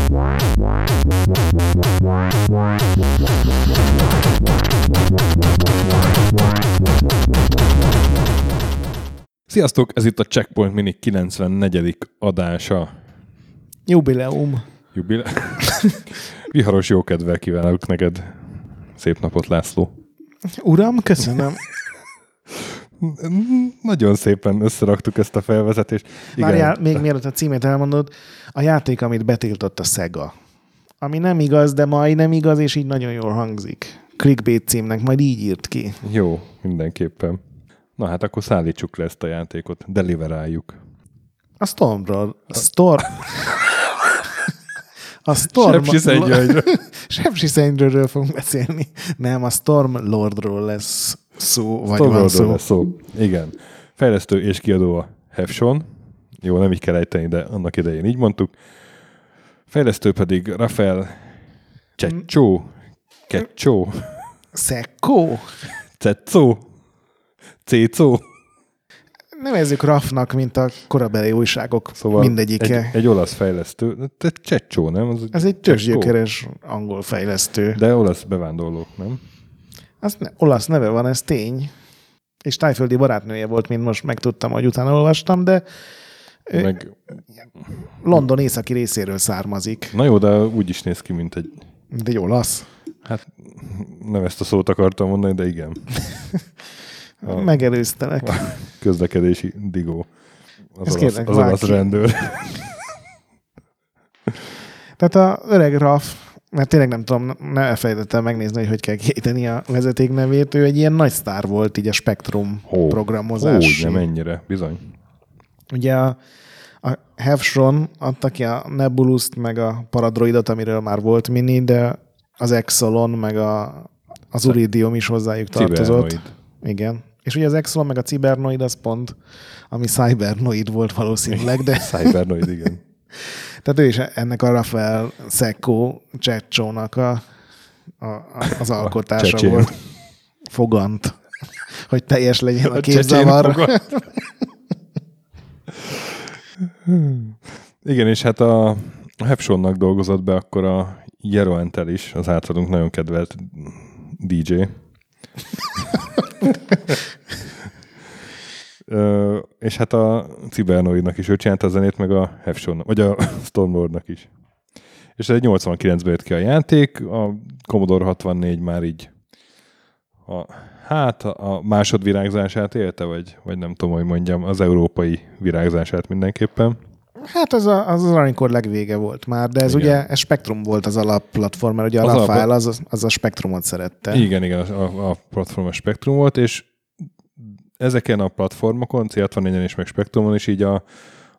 Sziasztok, ez itt a Checkpoint Mini 94. adása. Jubileum. Viharos jókedvel kívánok neked. Szép napot, László. Uram, köszönöm. Nagyon szépen összeraktuk ezt a felvezetést. Várjál, még mielőtt a címét elmondod, a játék, amit betiltott a Sega. Ami nem igaz, de majdnem igaz, és így nagyon jól hangzik. Clickbait címnek, majd így írt ki. Jó, mindenképpen. Na hát akkor szállítsuk le ezt a játékot, deliveráljuk. A Stormról. A Storm... Sepsiszentgyörgyről fogunk beszélni. Nem, a Stormlordról lesz szó, vagy van szó. Lesz szó. Igen. Fejlesztő és kiadó a Hefson. Jó, nem így kell ejteni, de annak idején így mondtuk. Fejlesztő pedig Rafael Cecco. Szekko? Cécó. Nevezzük Rafnak, mint a korabeli újságok szóval mindegyike. Egy olasz fejlesztő. Cecco, nem? Ez egy törzsgyökeres angol fejlesztő. De olasz bevándorlók, nem? Olasz neve van, ez tény. És tájföldi barátnője volt, mint most megtudtam, hogy utána olvastam, de London északi részéről származik. Na jó, de úgy is néz ki, mint egy... Mint egy olasz. Hát nem ezt a szót akartam mondani, de igen. Megelőztelek. A közlekedési digó. Az olasz ki. rendőr. Tehát a öreg Raf, mert tényleg nem tudom, ne elfelejtettem megnézni, hogy kell kiejteni a vezeték nevét. Ő egy ilyen nagy sztár volt így a Spectrum programozás. Nem ennyire, bizony. Ugye a Hefson adta ki a Nebulust, meg a Paradroidot, amiről már volt mini, de az Exolon, meg az Uridium is hozzájuk tartozott. Cybernoid. Igen. És ugye az Exolon, meg a Cybernoid az pont, ami Cybernoid volt valószínűleg, de... Cybernoid, igen. Tehát ő is ennek a Rafael Cecco-nak az alkotása volt. Fogant. Hogy teljes legyen a képzavar. Igen, és hát a Hefsonnak dolgozott be akkor a Jero Entel is, az általunk nagyon kedvelt DJ. És hát a Cybernoidnak is ő csinálta a zenét, meg a Hefsonnak, vagy a Stormlordnak is. És ez egy 89-ben jött ki a játék, a Commodore 64 már így a másodvirágzását élte, vagy nem tudom, hogy mondjam, az európai virágzását mindenképpen. Hát az aranykor legvége volt már, de ez igen. Ugye ez Spectrum volt az alapplatform, mert ugye a Rafael az a Spectrumot szerette. Igen, a platform a Spectrum volt, és ezeken a platformokon, C64-en és meg Spectrumon is így a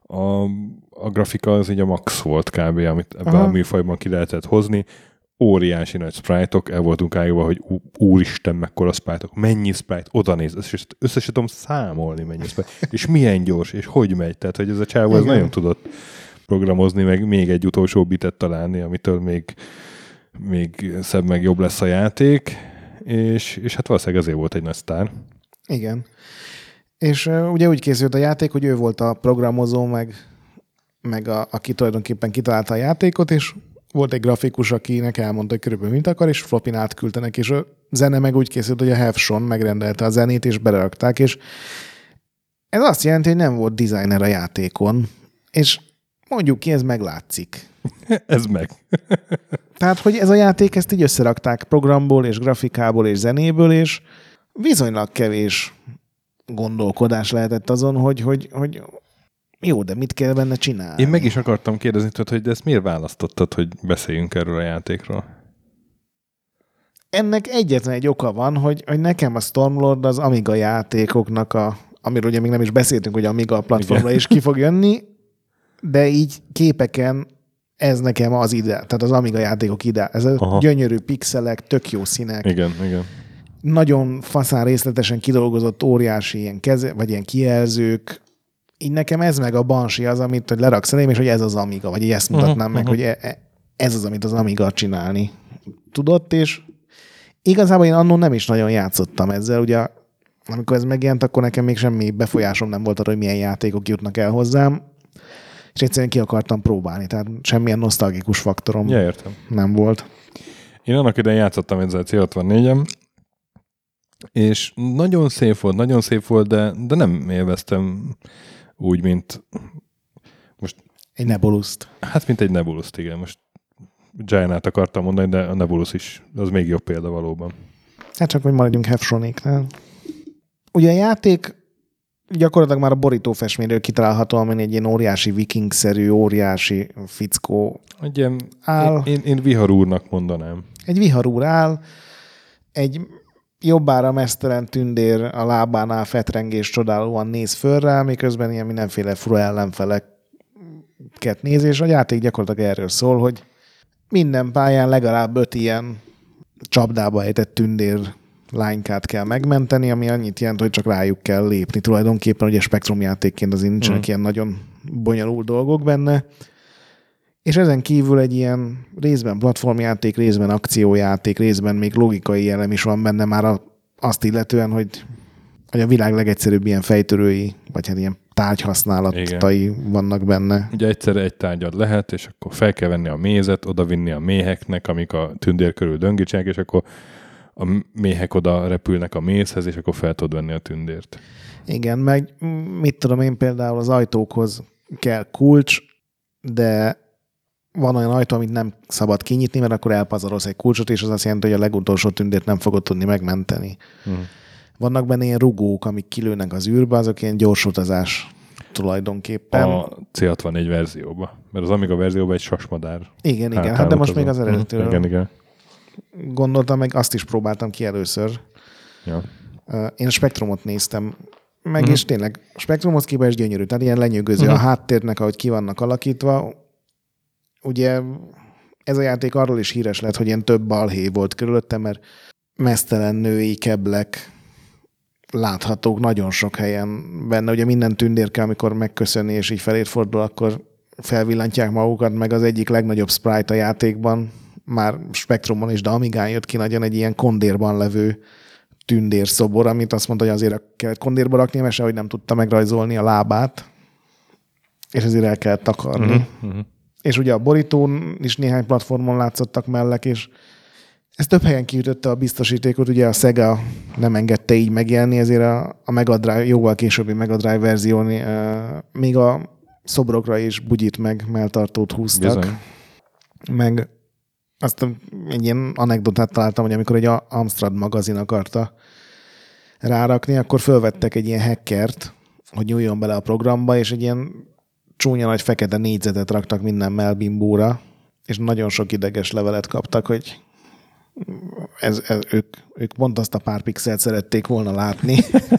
grafika az így a max volt kb., amit ebben a műfajban ki lehetett hozni. Óriási nagy sprite-ok, el voltunk állva, hogy úristen, mekkora sprite-ok, mennyi sprite, oda néz, össze se tudom számolni, mennyi sprite, és milyen gyors, és hogy megy, tehát hogy ez a csávó ez nagyon tudott programozni, meg még egy utolsó bitet találni, amitől még szebb, meg jobb lesz a játék, és hát valószínűleg ezért volt egy nagy sztár. Igen. És ugye úgy készült a játék, hogy ő volt a programozó, meg aki tulajdonképpen kitalálta a játékot, és volt egy grafikus, akinek elmondta, hogy körülbelül mint akar, és flopin átküldtenek, és a zene meg úgy készült, hogy a Hefson megrendelte a zenét, és belerakták, és ez azt jelenti, hogy nem volt designer a játékon, és mondjuk ki, ez meglátszik. Ez meg. Tehát, hogy ez a játék, ezt így összerakták programból, és grafikából, és zenéből, és viszonylag kevés gondolkodás lehetett azon, hogy jó, de mit kell benne csinálni? Én meg is akartam kérdezni tőled, hogy de ezt miért választottad, hogy beszéljünk erről a játékról? Ennek egyetlen egy oka van, hogy nekem a Stormlord az Amiga játékoknak amiről ugye még nem is beszéltünk, hogy Amiga platformra is ki fog jönni, de így képeken ez nekem az ide, tehát az Amiga játékok ide. Ez a gyönyörű pixelek, tök jó színek. Igen. Nagyon faszán részletesen kidolgozott óriási ilyen vagy ilyen kijelzők. Így nekem ez meg a Banshee az, amit hogy leraksz elém, és hogy ez az Amiga, vagy ezt mutatnám meg, hogy ez az, amit az Amiga csinálni tudott, és igazából én annól nem is nagyon játszottam ezzel, ugye amikor ez megjelent, akkor nekem még semmi befolyásom nem volt arra, hogy milyen játékok jutnak el hozzám, és egyszerűen ki akartam próbálni, tehát semmilyen nosztalgikus faktorom értem. nem volt. Én annak idején játszottam ezzel C64-en, és nagyon szép volt, de nem élveztem úgy, mint most... Egy Nebuluszt. Hát, mint egy Nebulust, igen. Most Giant-át akartam mondani, de a Nebulus is, az még jobb példa valóban. Hát csak, hogy maradjunk Hefsronéknál. Ugye a játék gyakorlatilag már a borítófestményről kitalálható, ami egy ilyen óriási vikingszerű, óriási fickó egy ilyen, áll. Én viharúrnak mondanám. Egy viharúr áll, egy jobbára meztelen tündér a lábánál fetrengés csodálóan néz fölre, miközben ilyen mindenféle fura ellenfeleket néz, és a játék gyakorlatilag erről szól, hogy minden pályán legalább 5 ilyen csapdába ejtett tündér lánykát kell megmenteni, ami annyit jelent, hogy csak rájuk kell lépni. Tulajdonképpen ugye Spektrum játékként azért nincsenek ilyen nagyon bonyolult dolgok benne. És ezen kívül egy ilyen részben platformjáték, részben akciójáték, részben még logikai elem is van benne már azt illetően, hogy a világ legegyszerűbb ilyen fejtörői, vagy hát ilyen tárgyhasználatai vannak benne. Ugye egyszerre egy tárgyad lehet, és akkor fel kell venni a mézet, odavinni a méheknek, amik a tündér körül döngítsenek, és akkor a méhek oda repülnek a mézhez, és akkor fel tudod venni a tündért. Igen, meg mit tudom én, például az ajtókhoz kell kulcs, de van olyan ajtó, amit nem szabad kinyitni, mert akkor elpazarolsz egy kulcsot, és az azt jelenti, hogy a legutolsó tündért nem fogod tudni megmenteni. Vannak benne ilyen rugók, amik kilőnek az űrbe, azok ilyen gyors utazás tulajdonképpen. A C64 verzióban. Mert az Amiga verzióban egy sasmadár. Igen, hát de most még az eredetőről. Igen. Gondoltam, meg azt is próbáltam ki először. Ja. Én a Spektrumot néztem meg, és tényleg a Spektrumhoz képest gyönyörű. Tehát ilyen lenyűgöző a háttérnek, ahogy ki vannak alakítva. Ugye ez a játék arról is híres lett, hogy ilyen több balhé volt körülötte, mert meztelen női keblek láthatók nagyon sok helyen benne. Ugye minden tündérke, amikor megköszönni és így feléd fordul, akkor felvillantják magukat, meg az egyik legnagyobb sprite a játékban, már Spektrumon is, de Amigán jött ki nagyon egy ilyen kondérban levő tündérszobor, amit azt mondta, hogy azért kellett kondérba rakni, mert sehogy nem tudta megrajzolni a lábát, és ezért el kellett takarni. És ugye a borítón is néhány platformon látszottak mellek, és ez több helyen kiütötte a biztosítékot, ugye a Sega nem engedte így megjelenni, ezért a Mega Drive, jóval későbbi Mega Drive verzión még a szobrokra is bugyit meg melltartót húztak. Bizony. Meg azt egy ilyen anekdotát találtam, hogy amikor egy Amstrad magazin akarta rárakni, akkor fölvettek egy ilyen hackert, hogy nyúljon bele a programba, és egy ilyen csúnya nagy fekete négyzetet raktak minden melbimbóra, és nagyon sok ideges levelet kaptak, hogy ők pont azt a pár pixelt szerették volna látni.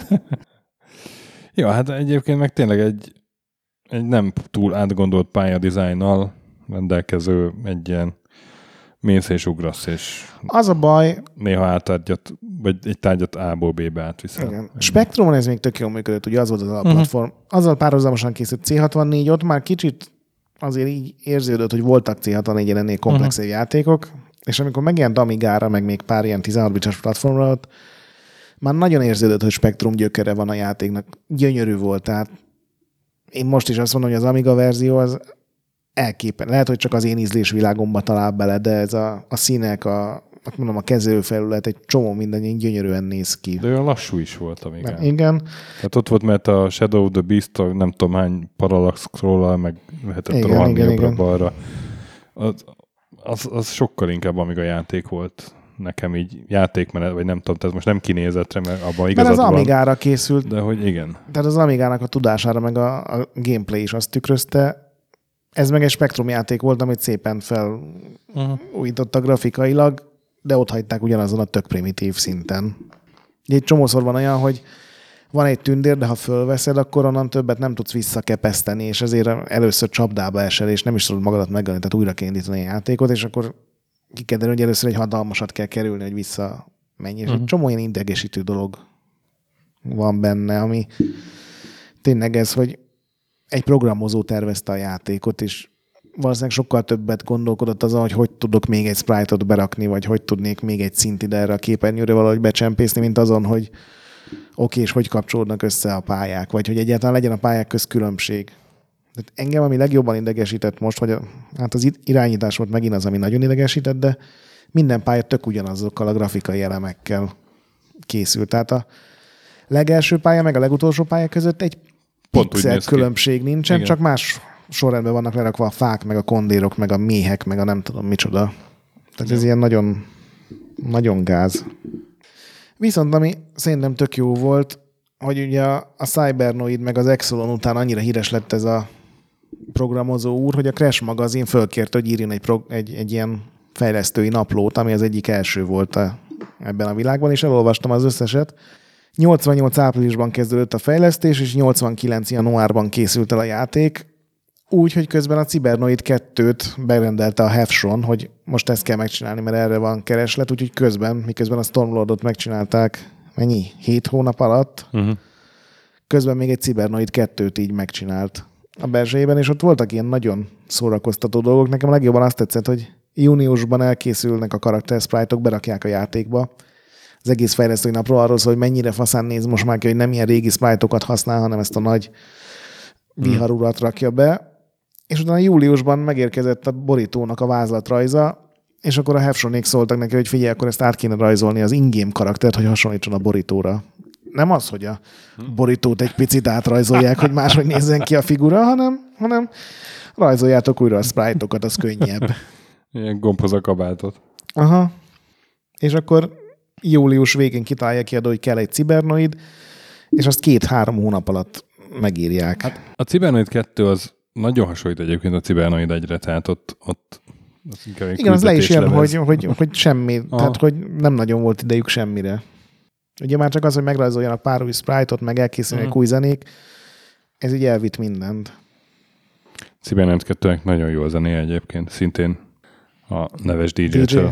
Ja, hát egyébként meg tényleg egy nem túl átgondolt pályadizájnnal rendelkező egy ilyen mész és ugrasz, és az a baj, néha átadjat, vagy egy tárgyat A-ból B-be átviszel. Igen. Spektrumon ez még tök jól működött, ugye az volt az alaplatform. Azzal párhuzamosan készült C64, ott már kicsit azért így érződött, hogy voltak C64-en ennél komplexebb játékok, és amikor megjelent Amigára, meg még pár ilyen 16 bites platformra, ott már nagyon érződött, hogy Spektrum gyökere van a játéknak. Gyönyörű volt, tehát én most is azt mondom, hogy az Amiga verzió az elképen. Lehet, hogy csak az én ízlésvilágomba talál bele, de ez a színek, a kezelőfelület, egy csomó minden gyönyörűen néz ki. De olyan lassú is volt, Amigán. Igen. Tehát ott volt, mert a Shadow of the Beast, nem tudom hány parallax scroll-al, meg lehetett rohanni jobbra-balra. Az sokkal inkább Amiga játék volt nekem így játékmenet, vagy nem tudom, tehát most nem kinézetre, mert abban igazad van. Mert az Amigára készült. De hogy igen. Tehát az Amigának a tudására, meg a gameplay is azt tükrözte. Ez meg egy Spektrum játék volt, amit szépen felújította grafikailag, de ott hagyták ugyanazon a tök primitív szinten. Egy csomószor van olyan, hogy van egy tündér, de ha fölveszed, akkor onnan többet nem tudsz visszakepeszteni, és ezért először csapdába esel, és nem is tudod magadat megölni, tehát újra kell indítani a játékot, és akkor ki kell derülni, hogy először egy hatalmasat kell kerülni, hogy visszamenj. És egy csomó ilyen idegesítő dolog van benne, ami tényleg ez, hogy egy programozó tervezte a játékot, és valószínűleg sokkal többet gondolkodott azon, hogy tudok még egy sprite-ot berakni, vagy hogy tudnék még egy szint ide erre a képernyőre valahogy becsempészni, mint azon, hogy és hogy kapcsolódnak össze a pályák, vagy hogy egyáltalán legyen a pályák közt különbség. Engem, ami legjobban idegesített most, vagy hát az irányítás volt megint az, ami nagyon idegesített, de minden pálya tök ugyanazokkal a grafikai elemekkel készült. Tehát a legelső pálya meg a legutolsó pálya között egy pixel különbség nincsen, igen. Csak más sorrendben vannak lerakva a fák, meg a kondérok, meg a méhek, meg a nem tudom micsoda. Tehát ez ilyen nagyon, nagyon gáz. Viszont ami szerintem tök jó volt, hogy ugye a Cybernoid meg az Exolon után annyira híres lett ez a programozó úr, hogy a Crash magazin fölkért, hogy írjon egy ilyen fejlesztői naplót, ami az egyik első volt ebben a világban, és elolvastam az összeset. 88 áprilisban kezdődött a fejlesztés, és 89 januárban készült el a játék, úgy, hogy közben a Cybernoid 2-t berendelte a Hefson, hogy most ezt kell megcsinálni, mert erre van kereslet, úgyhogy miközben a Stormlordot megcsinálták, 7 hónap alatt, közben még egy Cybernoid 2-t így megcsinált a belsejében, és ott voltak ilyen nagyon szórakoztató dolgok. Nekem a legjobban azt tetszett, hogy júniusban elkészülnek a karakter sprite-ok, berakják a játékba. Az egész fejlesztői napról arról szól, hogy mennyire faszán néz most már ki, hogy nem ilyen régi sprite-okat használ, hanem ezt a nagy viharurat rakja be. És utána júliusban megérkezett a borítónak a vázlatrajza, és akkor a Hefsonék szóltak neki, hogy figyelj, akkor ezt át kéne rajzolni az in-game karaktert, hogy hasonlítson a borítóra. Nem az, hogy a borítót egy picit átrajzolják, hogy máshogy nézzen ki a figura, hanem rajzoljátok újra a sprite-okat, az könnyebb. Ilyen gombhoz a kabátot. Aha. És akkor július végén kitalálják ki, hogy kell egy Cybernoid, és azt 2-3 hónap alatt megírják. Hát a Cybernoid 2 az nagyon hasonlít egyébként a Cybernoid 1-re, tehát ott az igen, az le is jön, hogy semmi, tehát hogy nem nagyon volt idejük semmire. Ugye már csak az, hogy megrajzoljanak pár új sprite-ot, meg elkészülnek új zenék, ez így elvitt mindent. Cybernoid 2-nek nagyon jó a zenéje egyébként, szintén a neves DJ-től.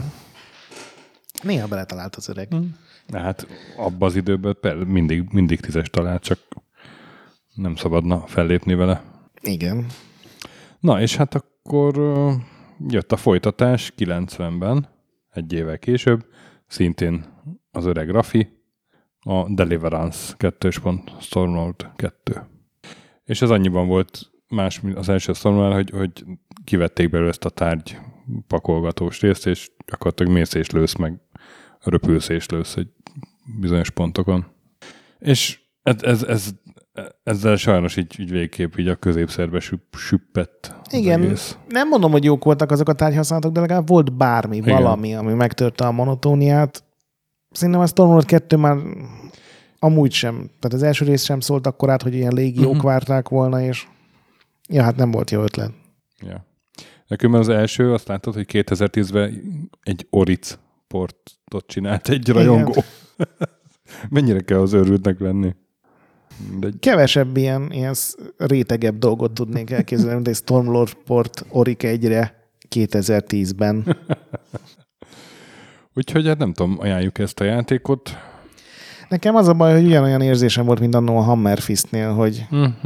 Néha beletalált az öreg. Hát abban az időben mindig 10-es talált, csak nem szabadna fellépni vele. Igen. Na, és hát akkor jött a folytatás 90-ben, egy évvel később, szintén az öreg Rafi, a Deliverance 2.Stormlord 2. És ez annyiban volt más, mint az első Stormlord, hogy kivették belőle ezt a tárgy pakolgatós részt, és gyakorlatilag mész és lősz, meg röpülsz és lősz egy bizonyos pontokon. És ezzel sajnos így végképp így a középszerbe süppett. Igen, egész. Nem mondom, hogy jók voltak azok a tárgyhasználatok, de legalább volt bármi, igen. Valami, ami megtörte a monotóniát. Szerintem a Stormlord 2 már amúgy sem, tehát az első rész sem szólt akkor át, hogy ilyen légiók várták volna, és ja, hát nem volt jó ötlet. Ja. Nekünk az első, azt láttad, hogy 2010-ben egy Oric portot csinált egy rajongó. Mennyire kell az őrültnek lenni? Kevesebb ilyen rétegebb dolgot tudnék elképzelni, mint egy Stormlord port Oric 1-re 2010-ben. Úgyhogy hát nem tudom, ajánljuk ezt a játékot. Nekem az a baj, hogy ugyanolyan érzésem volt, mint annó a Hammerfistnél, hogy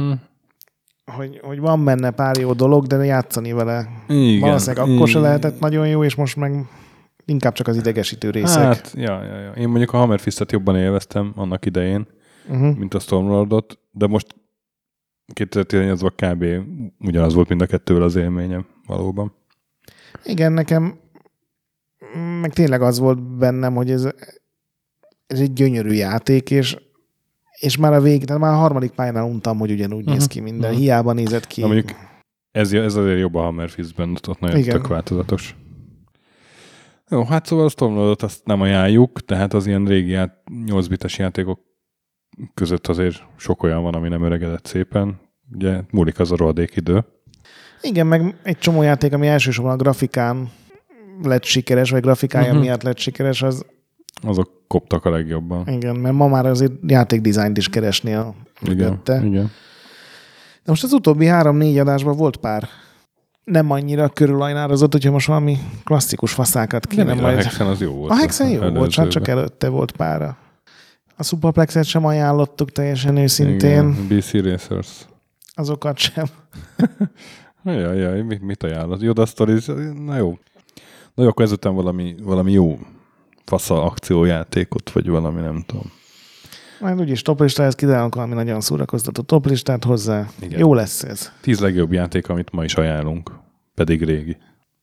van benne pár jó dolog, de játszani vele igen, valószínűleg akkor se lehetett nagyon jó, és most meg inkább csak az idegesítő részek. Hát, ja. Én mondjuk a Hammerfistet jobban élveztem annak idején, mint a Stormlordot, de most 2018-ban kb. Ugyanaz volt mind a kettővel az élményem valóban. Igen, nekem meg tényleg az volt bennem, hogy ez egy gyönyörű játék, és már a végén, tehát már a harmadik pályánál untam, hogy ugyanúgy néz ki minden. Hiába nézett ki. Na mondjuk ez azért jobb a Hammerfistben, ott nagyon tök változatos. Jó, hát szóval a Stormlordot azt nem ajánljuk, tehát az ilyen régi 8-bites játékok között azért sok olyan van, ami nem öregedett szépen. Ugye múlik az a rohadék idő. Igen, meg egy csomó játék, ami elsősorban a grafikán lett sikeres, vagy grafikája miatt lett sikeres, azok koptak a legjobban. Igen, mert ma már azért játékdizájnt is keresni a mögötte. Igen. De most az utóbbi 3-4 adásban volt pár nem annyira körülajnározott, hogyha most valami klasszikus faszákat kéne majd. A Hexen az jó volt. A Hexen jó volt, csak előtte volt pára. A Superplexet sem ajánlottuk teljesen őszintén. Igen, BC Racers. Azokat sem. Jaj, mit ajánlott? Yoda Stories, na jó. Na jó, akkor ezután valami jó fasza akciójátékot, vagy valami, nem tudom. Majd úgyis toplistához kitalálunk valami nagyon szórakoztató toplistát hozzá. Igen. Jó lesz ez. 10 legjobb játék, amit ma is ajánlunk. Pedig régi.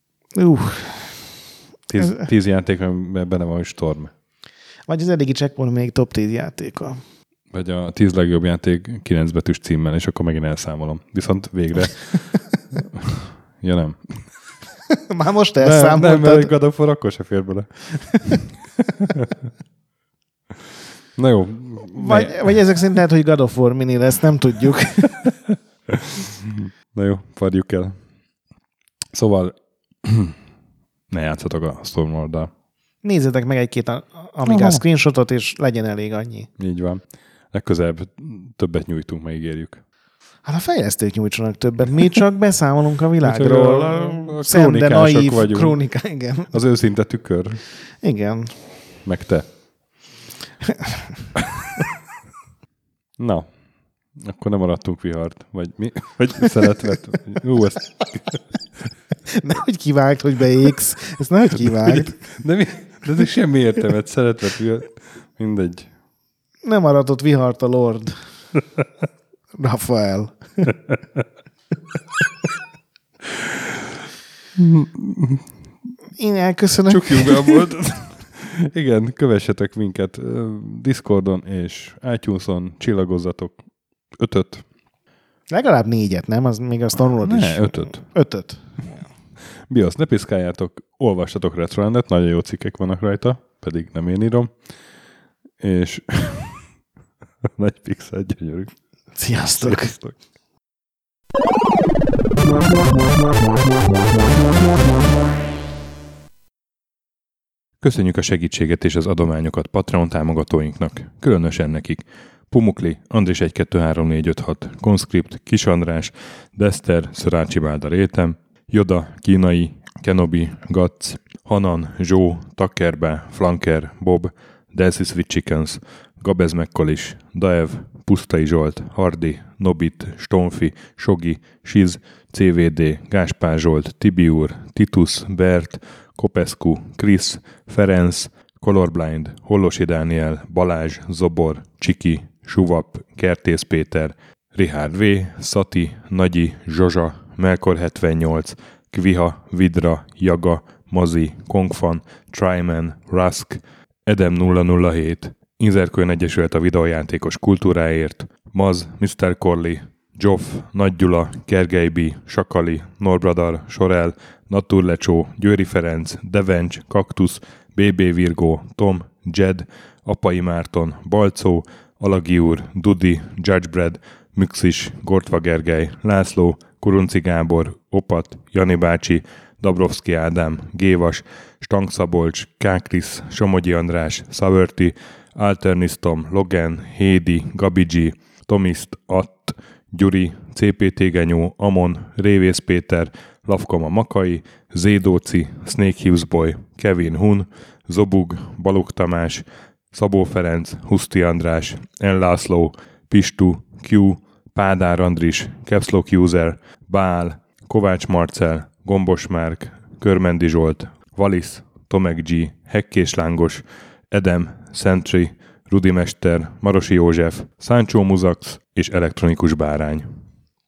10 játék, amiben benne van Storm. Vagy az eddigi Checkpoint még top 10 játéka. Vagy a 10 legjobb játék 9 betűs címmel, és akkor megint elszámolom. Viszont végre... ja nem. Már most elszámoltad. Nem, mert egy God of War akkor se fér bele. Na jó. Vagy ezek szerint lehet, hogy God of War mini lesz, nem tudjuk. Na jó, várjuk el. Szóval ne játszatok a Stormworld-dal. Nézzetek meg egy-két Amiga screenshotot, és legyen elég annyi. Így van. Legközelebb többet nyújtunk, megígérjük. Hát a fejlesztők nyújtsanak többet. Mi csak beszámolunk a világról. A szende naív krónika, igen. Az őszinte tükör. Igen. Meg te. Na, akkor nem maradtunk vihart. Vagy mi? Vagy szeretvet. Ezt... Nehogy kivágd, hogy beégsz. Ezt nehogy kivágd. De ez is semmi értelmet. Szeretvet vihart. Mindegy. Nem aratott vihart a Lord. Rafael. Én elköszönök. Csukjuk be a boltot. Igen, kövessetek minket Discordon és iTunes-on, csillagozzatok 5-öt. Legalább 4-et, nem? Az még azt tanulod is. 5-öt. 5-öt. BIOS, ne piszkáljátok, olvassatok Retrolandet, nagyon jó cikkek vannak rajta, pedig nem én írom. És nagy pixel, gyönyörű. Sziasztok! Sziasztok. Köszönjük a segítséget és az adományokat Patreon támogatóinknak, különösen nekik. Pumukli, Andris 123456, Conscript, Kis András, Dester, Szörácsi Bálda Rétem, Joda, Kínai, Kenobi, Gatz, Hanan, Zsó, Takkerbe, Flanker, Bob, Delcy Sweet Chickens, Gabez Mekkolis, Daev, Pusztai Zsolt, Hardi, Nobit, Stonfi, Sogi, Siz, CVD, Gáspár Zsolt, Tibiur, Titus, Bert, Kopescu, Krisz, Ferenc, Colorblind, Hollosi Dániel, Balázs, Zobor, Csiki, Suvap, Kertész Péter, Richard V, Szati, Nagyi, Zsozsa, Melkor 78, Kviha, Vidra, Jaga, Mazi, Kongfan, Tryman, Rusk, Edem 007, Inzerkőn Egyesület a videójátékos kultúráért, Maz, Mr. Corley, Zsoff, Nagy Gyula, Gergely B, Sakali, Norbradar, Sorel, Naturlecsó, Győri Ferenc, Devencs, Kaktusz, BB Virgó, Tom, Jed, Apai Márton, Balcó, Alagi úr, Dudi, Judgebred, Müxis, Gortva Gergely, László, Kurunci Gábor, Opat, Jani bácsi, Dabrowski Ádám, Gévas, Stangszabolcs, Kákris, Somogyi András, Szavörti, Alternisztom, Logan, Hédi, Gabigi, Tomiszt, Att, Gyuri, CPT Genyó, Amon, Révész Péter, Lavkoma Makai, Zédóci, Snake Hughes Boy, Kevin Hun, Zobug, Balog Tamás, Szabó Ferenc, Huszti András, N. László, Pistu, Q, Pádár Andris, Capslock User, Bál, Kovács Marcel, Gombos Márk, Körmendi Zsolt, Valisz, Tomek G, Hekkés Lángos, Edem, Sentry, Rudi Mester, Marosi József, Sancho Muzax és Elektronikus Bárány.